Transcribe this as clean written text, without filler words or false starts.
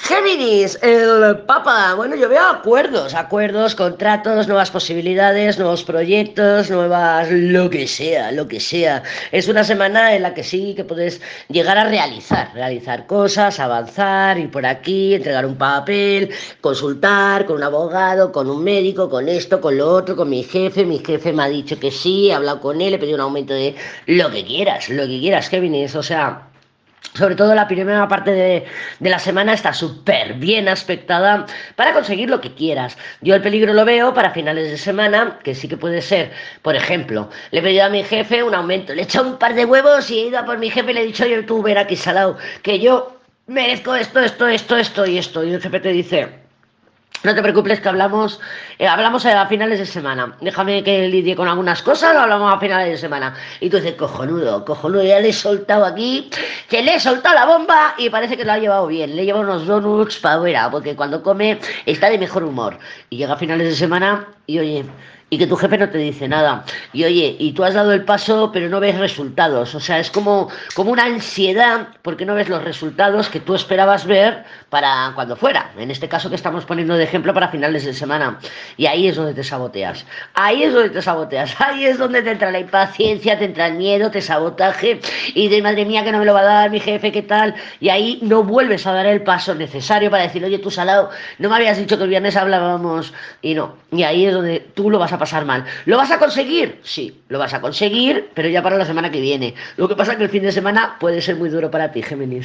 Géminis, el Papa. Bueno, yo veo acuerdos, contratos, nuevas posibilidades, nuevos proyectos, nuevas, lo que sea, lo que sea. Es una semana en la que sí que puedes llegar a realizar cosas, avanzar, ir por aquí, entregar un papel, consultar con un abogado, con un médico, con esto, con lo otro, con mi jefe. Mi jefe me ha dicho que sí, he hablado con él, he pedido un aumento de lo que quieras, Géminis. O sea. Sobre todo la primera parte de la semana está súper bien aspectada para conseguir lo que quieras. Yo el peligro lo veo para finales de semana, que sí que puede ser, por ejemplo, le he pedido a mi jefe un aumento, le he echado un par de huevos y he ido a por mi jefe y le he dicho, oye, tú ver aquí salado, que yo merezco esto y esto. Y el jefe te dice... No te preocupes que hablamos a finales de semana. Déjame que lidie con algunas cosas, lo hablamos a finales de semana. Y tú dices, cojonudo, cojonudo, ya le he soltado aquí, que le he soltado la bomba y parece que lo ha llevado bien. Le he llevado unos donuts para afuera, porque cuando come está de mejor humor. Y llega a finales de semana y oye, y que tu jefe no te dice nada. Y oye, y tú has dado el paso, pero no ves resultados. O sea, es como una ansiedad porque no ves los resultados que tú esperabas ver para cuando fuera. En este caso que estamos poniendo de ejemplo para finales de semana. Y ahí es donde te saboteas. Ahí es donde te saboteas. Ahí es donde te entra la impaciencia, te entra el miedo, te sabotaje. Y de madre mía que no me lo va a dar mi jefe, ¿qué tal? Y ahí no vuelves a dar el paso necesario para decir, oye, tú salado, no me habías dicho que el viernes hablábamos. Y no. Y ahí es donde tú lo vas a pasar mal. ¿Lo vas a conseguir? Sí, lo vas a conseguir, pero ya para la semana que viene. Lo que pasa es que el fin de semana puede ser muy duro para ti, Géminis.